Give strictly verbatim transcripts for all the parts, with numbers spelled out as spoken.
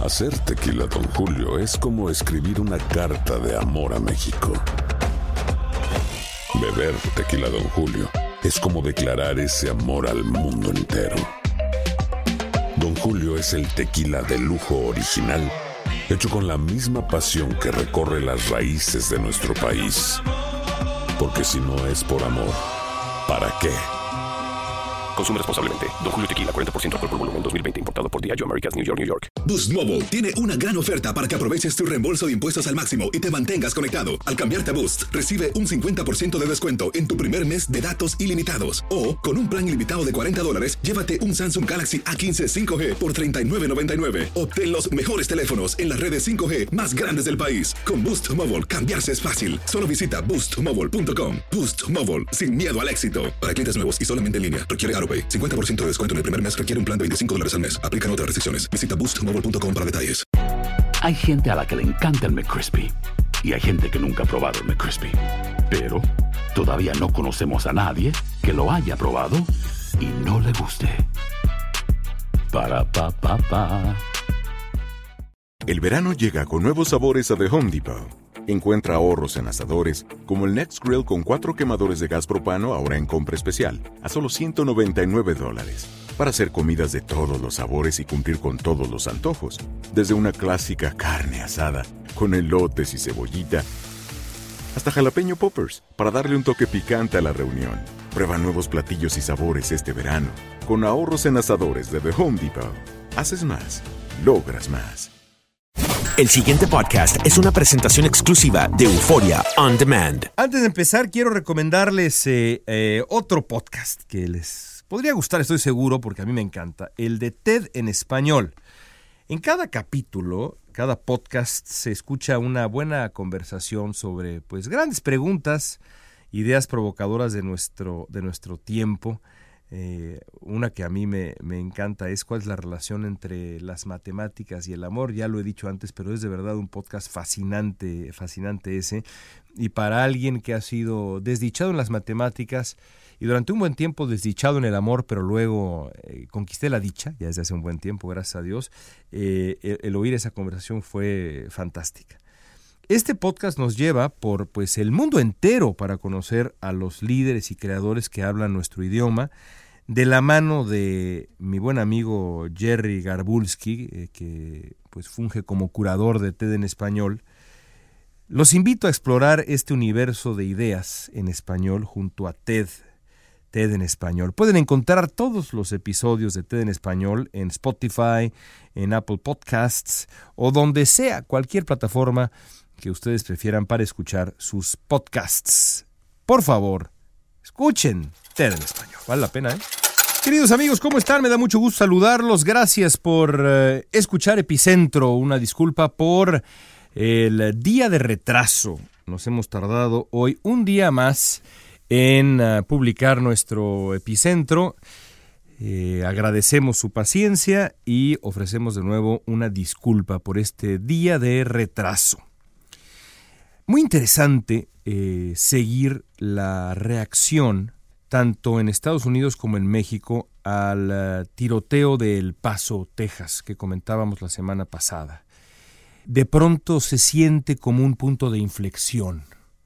Hacer tequila Don Julio es como escribir una carta de amor a México. Beber tequila Don Julio es como declarar ese amor al mundo entero. Don Julio es el tequila de lujo original, hecho con la misma pasión que recorre las raíces de nuestro país. Porque si no es por amor, ¿para qué? Consume responsablemente. Don Julio Tequila, cuarenta por ciento alcohol por volumen, dos mil veinte, importado por Diageo Americas, New York, New York. Boost Mobile tiene una gran oferta para que aproveches tu reembolso de impuestos al máximo y te mantengas conectado. Al cambiarte a Boost, recibe un cincuenta por ciento de descuento en tu primer mes de datos ilimitados. O, con un plan ilimitado de cuarenta dólares, llévate un Samsung Galaxy A quince cinco G por treinta y nueve noventa y nueve. Obtén los mejores teléfonos en las redes cinco G más grandes del país. Con Boost Mobile, cambiarse es fácil. Solo visita boost mobile punto com. Boost Mobile, sin miedo al éxito. Para clientes nuevos y solamente en línea, requiere AutoPay. cincuenta por ciento de descuento en el primer mes, requiere un plan de veinticinco dólares al mes. Aplican otras restricciones. Visita boost mobile punto com para detalles. Hay gente a la que le encanta el McCrispy y hay gente que nunca ha probado el McCrispy. Pero todavía no conocemos a nadie que lo haya probado y no le guste. Para pa pa pa. El verano llega con nuevos sabores a The Home Depot. Encuentra ahorros en asadores, como el Next Grill con cuatro quemadores de gas propano ahora en compra especial, a solo ciento noventa y nueve dólares. Para hacer comidas de todos los sabores y cumplir con todos los antojos. Desde una clásica carne asada, con elotes y cebollita, hasta jalapeño poppers, para darle un toque picante a la reunión. Prueba nuevos platillos y sabores este verano, con ahorros en asadores de The Home Depot. Haces más, logras más. El siguiente podcast es una presentación exclusiva de Euforia On Demand. Antes de empezar, quiero recomendarles eh, eh, otro podcast que les podría gustar, estoy seguro, porque a mí me encanta, el de TED en español. En cada capítulo, cada podcast, se escucha una buena conversación sobre pues, grandes preguntas, ideas provocadoras de nuestro, de nuestro tiempo. Eh, una que a mí me, me encanta es cuál es la relación entre las matemáticas y el amor. Ya lo he dicho antes, pero es de verdad un podcast fascinante, fascinante ese. Y para alguien que ha sido desdichado en las matemáticas y durante un buen tiempo desdichado en el amor, pero luego eh, conquisté la dicha, ya desde hace un buen tiempo, gracias a Dios, eh, el, el oír esa conversación fue fantástica. Este podcast nos lleva por pues, el mundo entero para conocer a los líderes y creadores que hablan nuestro idioma, de la mano de mi buen amigo Jerry Garbulski, eh, que pues, funge como curador de TED en español. Los invito a explorar este universo de ideas en español junto a TED, TED en español. Pueden encontrar todos los episodios de TED en español en Spotify, en Apple Podcasts o donde sea, cualquier plataforma que ustedes prefieran para escuchar sus podcasts. Por favor, escuchen TED en español. Vale la pena, ¿eh? Queridos amigos, ¿cómo están? Me da mucho gusto saludarlos. Gracias por eh, escuchar Epicentro. Una disculpa por el día de retraso. Nos hemos tardado hoy un día más en uh, publicar nuestro Epicentro. Eh, agradecemos su paciencia y ofrecemos de nuevo una disculpa por este día de retraso. Muy interesante eh, seguir la reacción tanto en Estados Unidos como en México al uh, tiroteo de El Paso, Texas, que comentábamos la semana pasada. De pronto se siente como un punto de inflexión.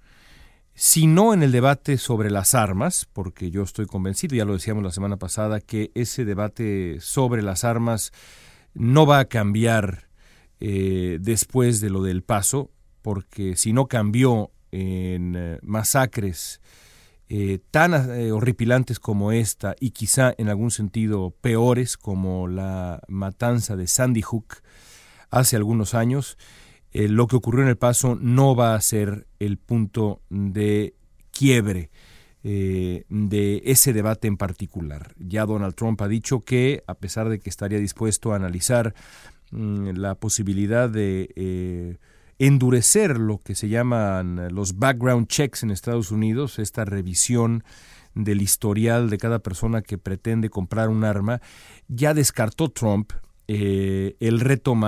Si no en el debate sobre las armas, porque yo estoy convencido, ya lo decíamos la semana pasada, que ese debate sobre las armas no va a cambiar eh, después de lo del Paso, porque si no cambió en eh, masacres eh, tan eh, horripilantes como esta y quizá en algún sentido peores como la matanza de Sandy Hook hace algunos años, eh, lo que ocurrió en El Paso no va a ser el punto de quiebre eh, de ese debate en particular. Ya Donald Trump ha dicho que, a pesar de que estaría dispuesto a analizar mmm, la posibilidad de eh, endurecer lo que se llaman los background checks en Estados Unidos, esta revisión del historial de cada persona que pretende comprar un arma, ya descartó Trump eh, el retomar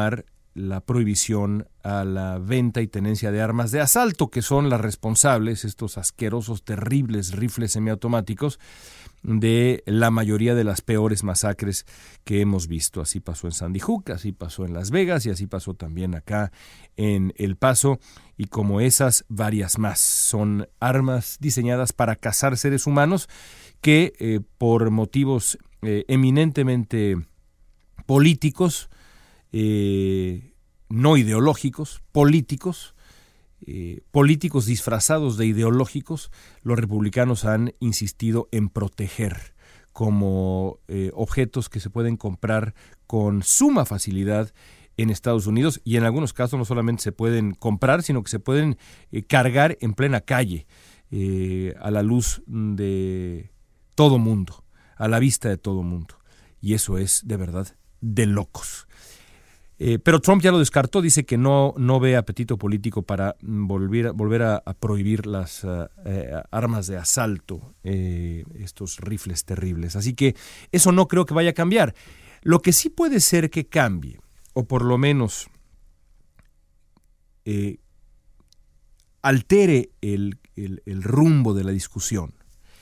la prohibición a la venta y tenencia de armas de asalto, que son las responsables, estos asquerosos, terribles rifles semiautomáticos, de la mayoría de las peores masacres que hemos visto. Así pasó en Sandy Hook, así pasó en Las Vegas y así pasó también acá en El Paso, y como esas, varias más. Son armas diseñadas para cazar seres humanos que eh, por motivos eh, eminentemente políticos, eh, no ideológicos, políticos, Eh, políticos disfrazados de ideológicos, los republicanos han insistido en proteger como eh, objetos que se pueden comprar con suma facilidad en Estados Unidos, y en algunos casos no solamente se pueden comprar, sino que se pueden eh, cargar en plena calle, eh, a la luz de todo mundo, a la vista de todo mundo, y eso es de verdad de locos. Eh, pero Trump ya lo descartó, dice que no, no ve apetito político para volver, volver a, a prohibir las uh, eh, armas de asalto, eh, estos rifles terribles. Así que eso no creo que vaya a cambiar. Lo que sí puede ser que cambie, o por lo menos eh, altere el, el, el rumbo de la discusión,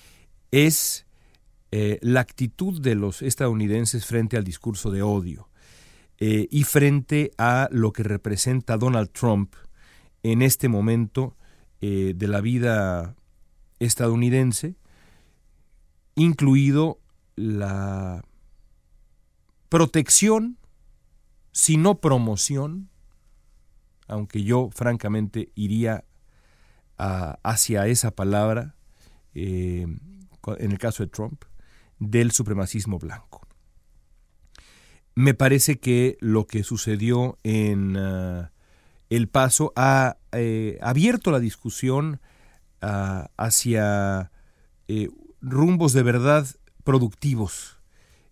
es eh, la actitud de los estadounidenses frente al discurso de odio. Eh, y frente a lo que representa Donald Trump en este momento eh, de la vida estadounidense, incluido la protección, si no promoción, aunque yo francamente iría a, hacia esa palabra, eh, en el caso de Trump, del supremacismo blanco. Me parece que lo que sucedió en uh, El Paso ha eh, abierto la discusión uh, hacia eh, rumbos de verdad productivos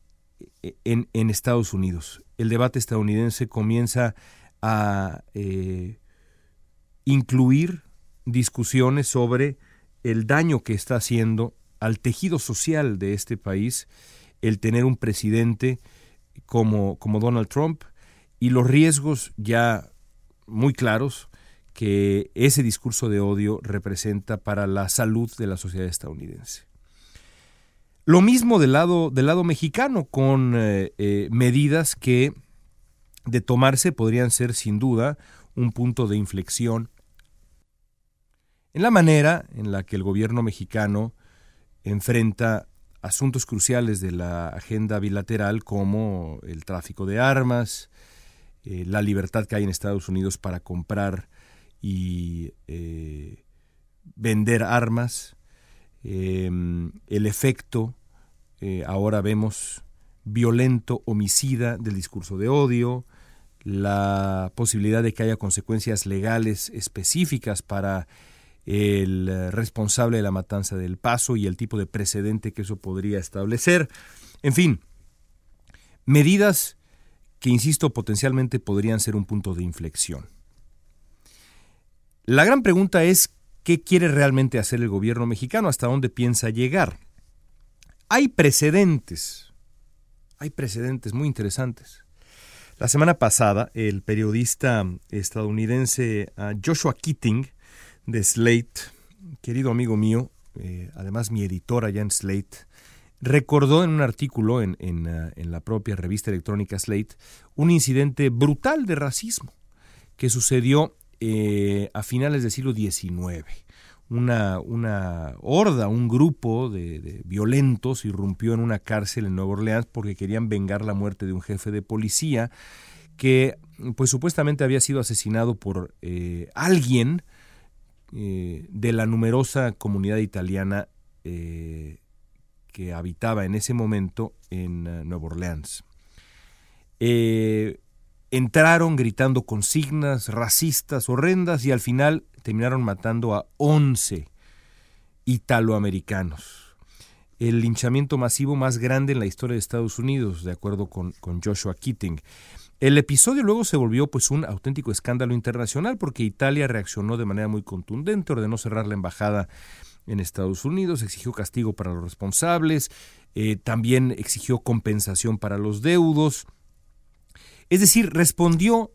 en, en Estados Unidos. El debate estadounidense comienza a eh, incluir discusiones sobre el daño que está haciendo al tejido social de este país el tener un presidente Como, como Donald Trump, y los riesgos ya muy claros que ese discurso de odio representa para la salud de la sociedad estadounidense. Lo mismo del lado, del lado mexicano, con eh, eh, medidas que de tomarse podrían ser sin duda un punto de inflexión en la manera en la que el gobierno mexicano enfrenta asuntos cruciales de la agenda bilateral, como el tráfico de armas, eh, la libertad que hay en Estados Unidos para comprar y eh, vender armas, eh, el efecto, eh, ahora vemos, violento, homicida del discurso de odio, la posibilidad de que haya consecuencias legales específicas para el responsable de la matanza del Paso y el tipo de precedente que eso podría establecer. En fin, medidas que, insisto, potencialmente podrían ser un punto de inflexión. La gran pregunta es, ¿qué quiere realmente hacer el gobierno mexicano? ¿Hasta dónde piensa llegar? Hay precedentes, hay precedentes muy interesantes. La semana pasada, el periodista estadounidense Joshua Keating, de Slate, querido amigo mío, eh, además mi editor allá en Slate, recordó en un artículo en, en, uh, en la propia revista electrónica Slate un incidente brutal de racismo que sucedió eh, a finales del siglo diecinueve. Una, una horda, un grupo de, de violentos irrumpió en una cárcel en Nueva Orleans porque querían vengar la muerte de un jefe de policía que pues supuestamente había sido asesinado por eh, alguien Eh, de la numerosa comunidad italiana eh, que habitaba en ese momento en uh, Nueva Orleans. Eh, entraron gritando consignas racistas horrendas y al final terminaron matando a once italoamericanos. El linchamiento masivo más grande en la historia de Estados Unidos, de acuerdo con, con Joshua Keating. El episodio luego se volvió pues un auténtico escándalo internacional porque Italia reaccionó de manera muy contundente, ordenó cerrar la embajada en Estados Unidos, exigió castigo para los responsables, eh, también exigió compensación para los deudos. Es decir, respondió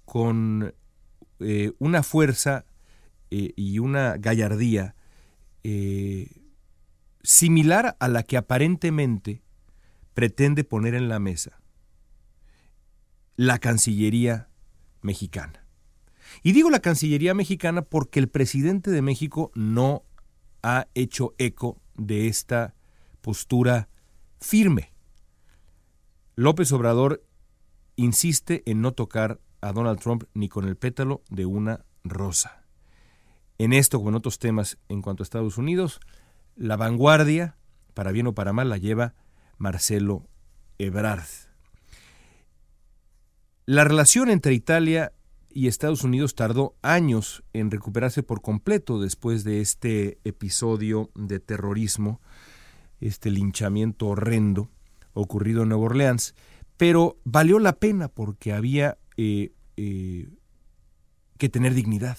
con eh, una fuerza eh, y una gallardía eh, similar a la que aparentemente pretende poner en la mesa la Cancillería mexicana. Y digo la Cancillería mexicana porque el presidente de México no ha hecho eco de esta postura firme. López Obrador insiste en no tocar a Donald Trump ni con el pétalo de una rosa. En esto, como en otros temas en cuanto a Estados Unidos, la vanguardia, para bien o para mal, la lleva Marcelo Ebrard. La relación entre Italia y Estados Unidos tardó años en recuperarse por completo después de este episodio de terrorismo, este linchamiento horrendo ocurrido en Nueva Orleans, pero valió la pena porque había eh, eh, que tener dignidad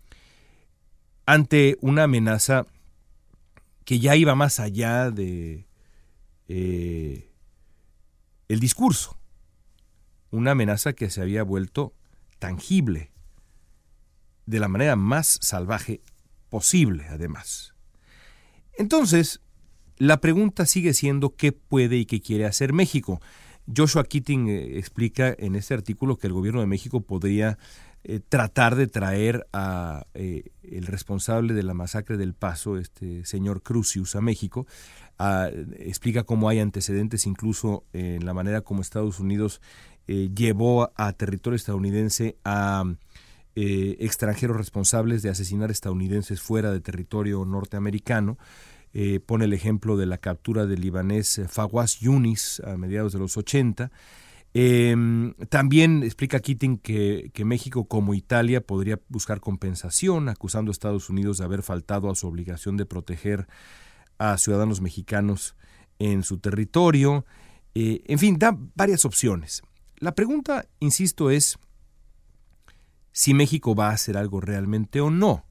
ante una amenaza que ya iba más allá de eh, el discurso, una amenaza que se había vuelto tangible de la manera más salvaje posible, además. Entonces, la pregunta sigue siendo qué puede y qué quiere hacer México. Joshua Keating eh, explica en este artículo que el gobierno de México podría eh, tratar de traer a eh, el responsable de la masacre del Paso, este señor Crusius, a México. A, explica cómo hay antecedentes incluso en la manera como Estados Unidos eh, llevó a territorio estadounidense a eh, extranjeros responsables de asesinar estadounidenses fuera de territorio norteamericano. Eh, pone el ejemplo de la captura del libanés Fawaz Yunis a mediados de los ochenta. Eh, también explica Keating que, que México, como Italia, podría buscar compensación, acusando a Estados Unidos de haber faltado a su obligación de proteger a ciudadanos mexicanos en su territorio. Eh, en fin, da varias opciones. La pregunta, insisto, es si México va a hacer algo realmente o no.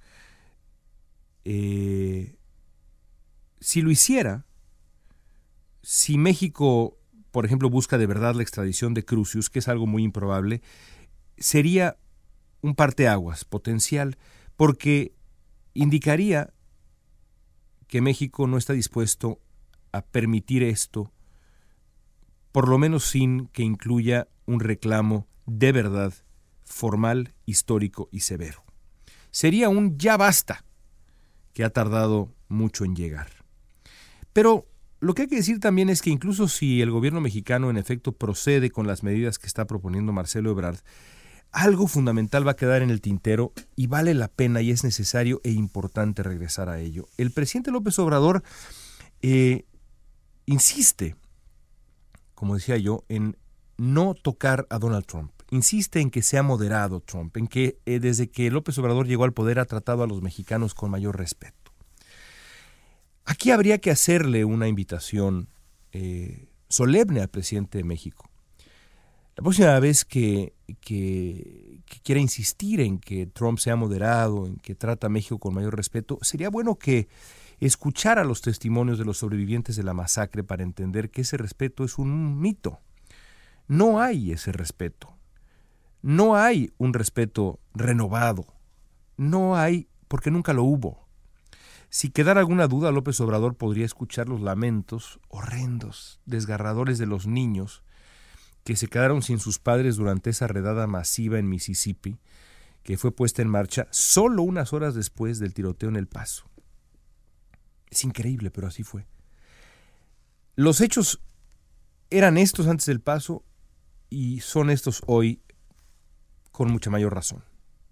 Eh... Si lo hiciera, si México, por ejemplo, busca de verdad la extradición de Crusius, que es algo muy improbable, sería un parteaguas potencial, porque indicaría que México no está dispuesto a permitir esto, por lo menos sin que incluya un reclamo de verdad formal, histórico y severo. Sería un ya basta, que ha tardado mucho en llegar. Pero lo que hay que decir también es que incluso si el gobierno mexicano en efecto procede con las medidas que está proponiendo Marcelo Ebrard, algo fundamental va a quedar en el tintero y vale la pena y es necesario e importante regresar a ello. El presidente López Obrador eh, insiste, como decía yo, en no tocar a Donald Trump. Insiste en que sea moderado Trump, en que eh, desde que López Obrador llegó al poder ha tratado a los mexicanos con mayor respeto. Aquí habría que hacerle una invitación eh, solemne al presidente de México. La próxima vez que, que, que quiera insistir en que Trump sea moderado, en que trata a México con mayor respeto, sería bueno que escuchara los testimonios de los sobrevivientes de la masacre para entender que ese respeto es un mito. No hay ese respeto. No hay un respeto renovado. No hay, porque nunca lo hubo. Si quedara alguna duda, López Obrador podría escuchar los lamentos horrendos, desgarradores de los niños que se quedaron sin sus padres durante esa redada masiva en Mississippi, que fue puesta en marcha solo unas horas después del tiroteo en El Paso. Es increíble, pero así fue. Los hechos eran estos antes del Paso y son estos hoy con mucha mayor razón.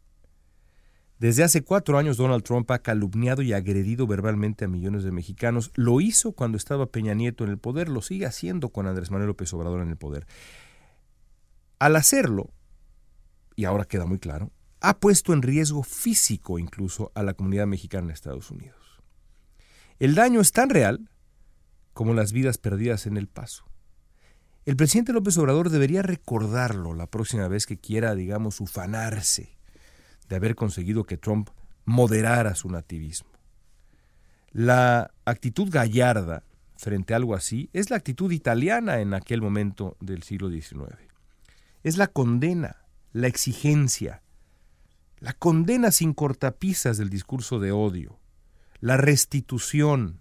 Desde hace cuatro años Donald Trump ha calumniado y agredido verbalmente a millones de mexicanos. Lo hizo cuando estaba Peña Nieto en el poder, lo sigue haciendo con Andrés Manuel López Obrador en el poder. Al hacerlo, y ahora queda muy claro, ha puesto en riesgo físico incluso a la comunidad mexicana en Estados Unidos. El daño es tan real como las vidas perdidas en El Paso. El presidente López Obrador debería recordarlo la próxima vez que quiera, digamos, ufanarse de haber conseguido que Trump moderara su nativismo. La actitud gallarda frente a algo así es la actitud italiana en aquel momento del siglo diecinueve. Es la condena la exigencia, la condena sin cortapisas del discurso de odio, la restitución.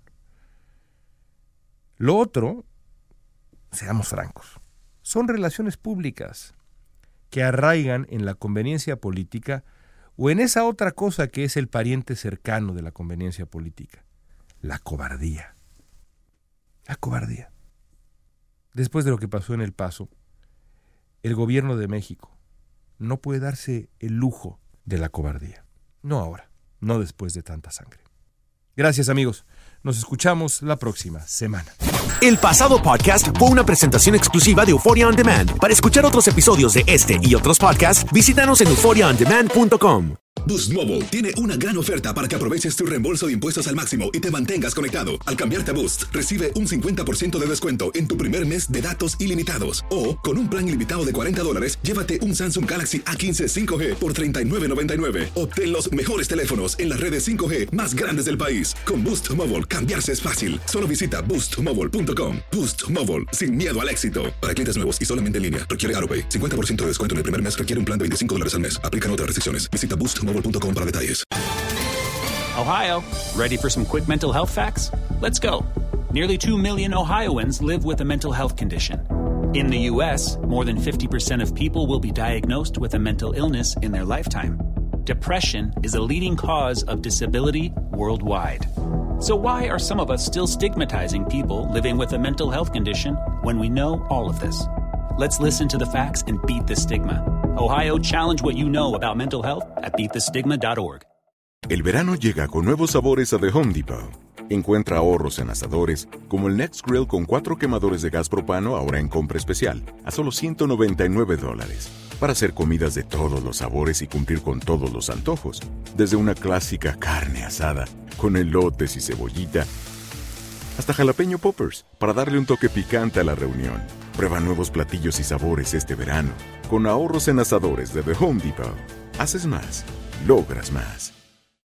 Lo otro, seamos francos, son relaciones públicas que arraigan en la conveniencia política o en esa otra cosa que es el pariente cercano de la conveniencia política, la cobardía. La cobardía. Después de lo que pasó en El Paso, el gobierno de México no puede darse el lujo de la cobardía. No ahora, no después de tanta sangre. Gracias, amigos. Nos escuchamos la próxima semana. El pasado podcast fue una presentación exclusiva de Euphoria On Demand. Para escuchar otros episodios de este y otros podcasts, visítanos en euphoria on demand punto com. Boost Mobile tiene una gran oferta para que aproveches tu reembolso de impuestos al máximo y te mantengas conectado. Al cambiarte a Boost, recibe un cincuenta por ciento de descuento en tu primer mes de datos ilimitados. O, con un plan ilimitado de cuarenta dólares, llévate un Samsung Galaxy A quince cinco G por treinta y nueve noventa y nueve. Obtén los mejores teléfonos en las redes cinco G más grandes del país. Con Boost Mobile, cambiarse es fácil. Solo visita boost mobile punto com. Boost Mobile, sin miedo al éxito. Para clientes nuevos y solamente en línea, requiere AutoPay. cincuenta por ciento de descuento en el primer mes, requiere un plan de veinticinco dólares al mes. Aplican otras restricciones. Visita boost mobile punto com para detalles. Ohio, ready for some quick mental health facts? Let's go. Nearly two million Ohioans live with a mental health condition. In the U S, more than fifty percent of people will be diagnosed with a mental illness in their lifetime. Depression is a leading cause of disability worldwide. So why are some of us still stigmatizing people living with a mental health condition when we know all of this? Let's listen to the facts and beat the stigma. Ohio, challenge what you know about mental health at beat the stigma dot org. El verano llega con nuevos sabores a The Home Depot. Encuentra ahorros en asadores, como el Next Grill con cuatro quemadores de gas propano ahora en compra especial, a solo ciento noventa y nueve dólares. Para hacer comidas de todos los sabores y cumplir con todos los antojos. Desde una clásica carne asada, con elotes y cebollita, hasta jalapeño poppers, para darle un toque picante a la reunión. Prueba nuevos platillos y sabores este verano, con ahorros en asadores de The Home Depot. Haces más, logras más.